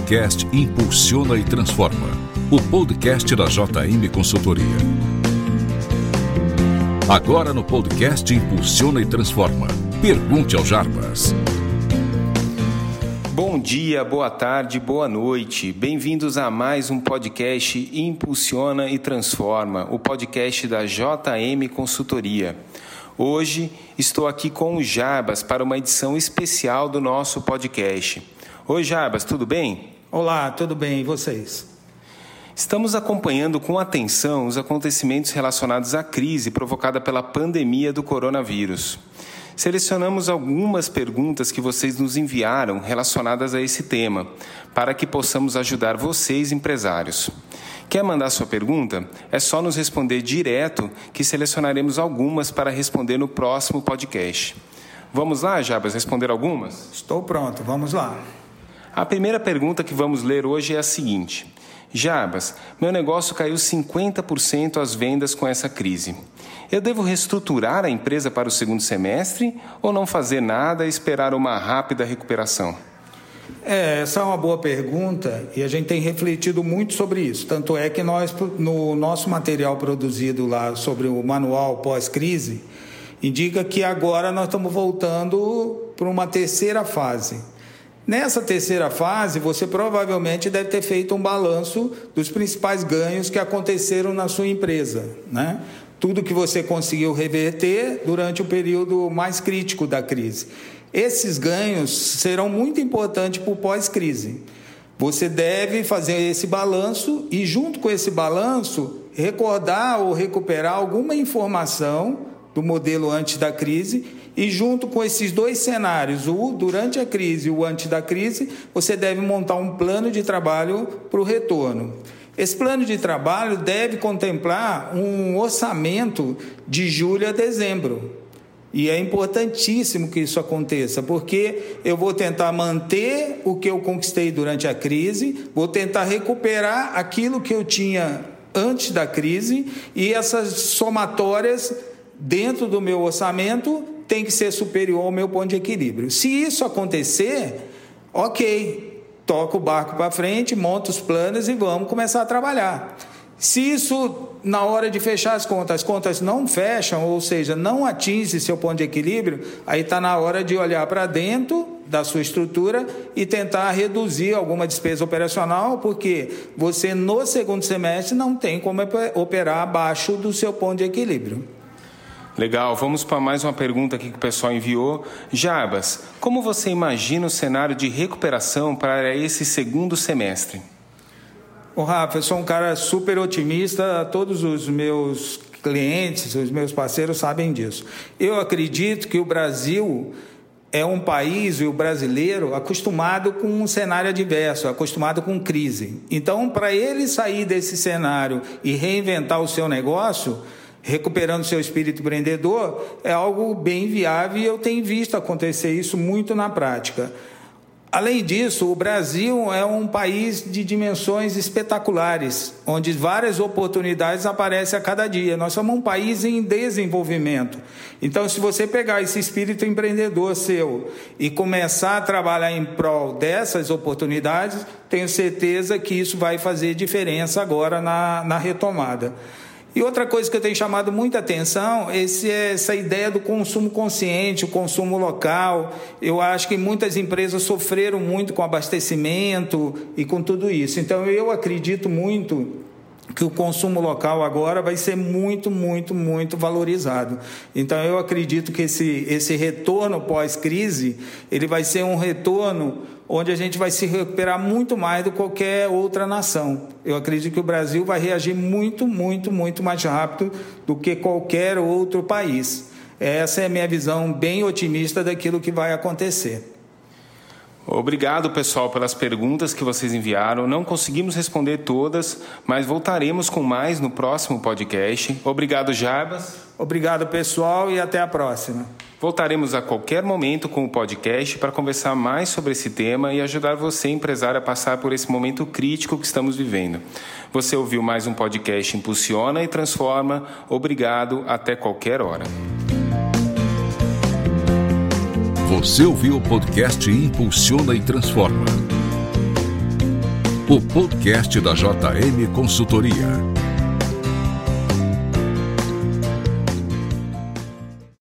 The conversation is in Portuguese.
podcast Impulsiona e Transforma, o podcast da JM Consultoria. Agora no podcast Impulsiona e Transforma, pergunte ao Jarbas. Bom dia, boa tarde, boa noite. Bem-vindos a mais um podcast Impulsiona e Transforma, o podcast da JM Consultoria. Hoje estou aqui com o Jarbas para uma edição especial do nosso podcast. Oi, Jarbas, tudo bem? Olá, tudo bem, e vocês? Estamos acompanhando com atenção os acontecimentos relacionados à crise provocada pela pandemia do coronavírus. Selecionamos algumas perguntas que vocês nos enviaram relacionadas a esse tema, para que possamos ajudar vocês, empresários. Quer mandar sua pergunta? É só nos responder direto, que selecionaremos algumas para responder no próximo podcast. Vamos lá, Jarbas, responder algumas? Estou pronto, vamos lá. A primeira pergunta que vamos ler hoje é a seguinte: Jarbas, meu negócio caiu 50% as vendas com essa crise. Eu devo reestruturar a empresa para o segundo semestre ou não fazer nada e esperar uma rápida recuperação? Essa é uma boa pergunta e a gente tem refletido muito sobre isso. Tanto é que nós, no nosso material produzido lá sobre o manual pós-crise, indica que agora nós estamos voltando para uma terceira fase. Nessa terceira fase, você provavelmente deve ter feito um balanço dos principais ganhos que aconteceram na sua empresa, né? Tudo que você conseguiu reverter durante o período mais crítico da crise. Esses ganhos serão muito importantes para o pós-crise. Você deve fazer esse balanço e, junto com esse balanço, recordar ou recuperar alguma informação do modelo antes da crise. E junto com esses dois cenários, o durante a crise e o antes da crise, você deve montar um plano de trabalho para o retorno. Esse plano de trabalho deve contemplar um orçamento de julho a dezembro. E é importantíssimo que isso aconteça, porque eu vou tentar manter o que eu conquistei durante a crise, vou tentar recuperar aquilo que eu tinha antes da crise, e essas somatórias dentro do meu orçamento tem que ser superior ao meu ponto de equilíbrio. Se isso acontecer, ok, toca o barco para frente, monta os planos e vamos começar a trabalhar. Se isso, na hora de fechar as contas não fecham, ou seja, não atinge seu ponto de equilíbrio, aí está na hora de olhar para dentro da sua estrutura e tentar reduzir alguma despesa operacional, porque você, no segundo semestre, não tem como operar abaixo do seu ponto de equilíbrio. Legal, vamos para mais uma pergunta aqui que o pessoal enviou. Jarbas, como você imagina o cenário de recuperação para esse segundo semestre? Rafa, eu sou um cara super otimista, todos os meus clientes, os meus parceiros sabem disso. Eu acredito que o Brasil é um país, e o brasileiro, acostumado com um cenário adverso, acostumado com crise. Então, para ele sair desse cenário e reinventar o seu negócio, recuperando seu espírito empreendedor, é algo bem viável e eu tenho visto acontecer isso muito na prática. Além disso, o Brasil é um país de dimensões espetaculares, onde várias oportunidades aparecem a cada dia. Nós somos um país em desenvolvimento. Então, se você pegar esse espírito empreendedor seu e começar a trabalhar em prol dessas oportunidades, tenho certeza que isso vai fazer diferença agora na retomada. E outra coisa que eu tenho chamado muita atenção é essa ideia do consumo consciente, o consumo local. Eu acho que muitas empresas sofreram muito com abastecimento e com tudo isso. Então, eu acredito muito que o consumo local agora vai ser muito, muito, muito valorizado. Então, eu acredito que esse retorno pós-crise, ele vai ser um retorno onde a gente vai se recuperar muito mais do que qualquer outra nação. Eu acredito que o Brasil vai reagir muito, muito, muito mais rápido do que qualquer outro país. Essa é a minha visão bem otimista daquilo que vai acontecer. Obrigado, pessoal, pelas perguntas que vocês enviaram. Não conseguimos responder todas, mas voltaremos com mais no próximo podcast. Obrigado, Jarbas. Obrigado, pessoal, e até a próxima. Voltaremos a qualquer momento com o podcast para conversar mais sobre esse tema e ajudar você, empresário, a passar por esse momento crítico que estamos vivendo. Você ouviu mais um podcast Impulsiona e Transforma. Obrigado, até qualquer hora. Você ouviu o podcast Impulsiona e Transforma. o podcast da JM Consultoria.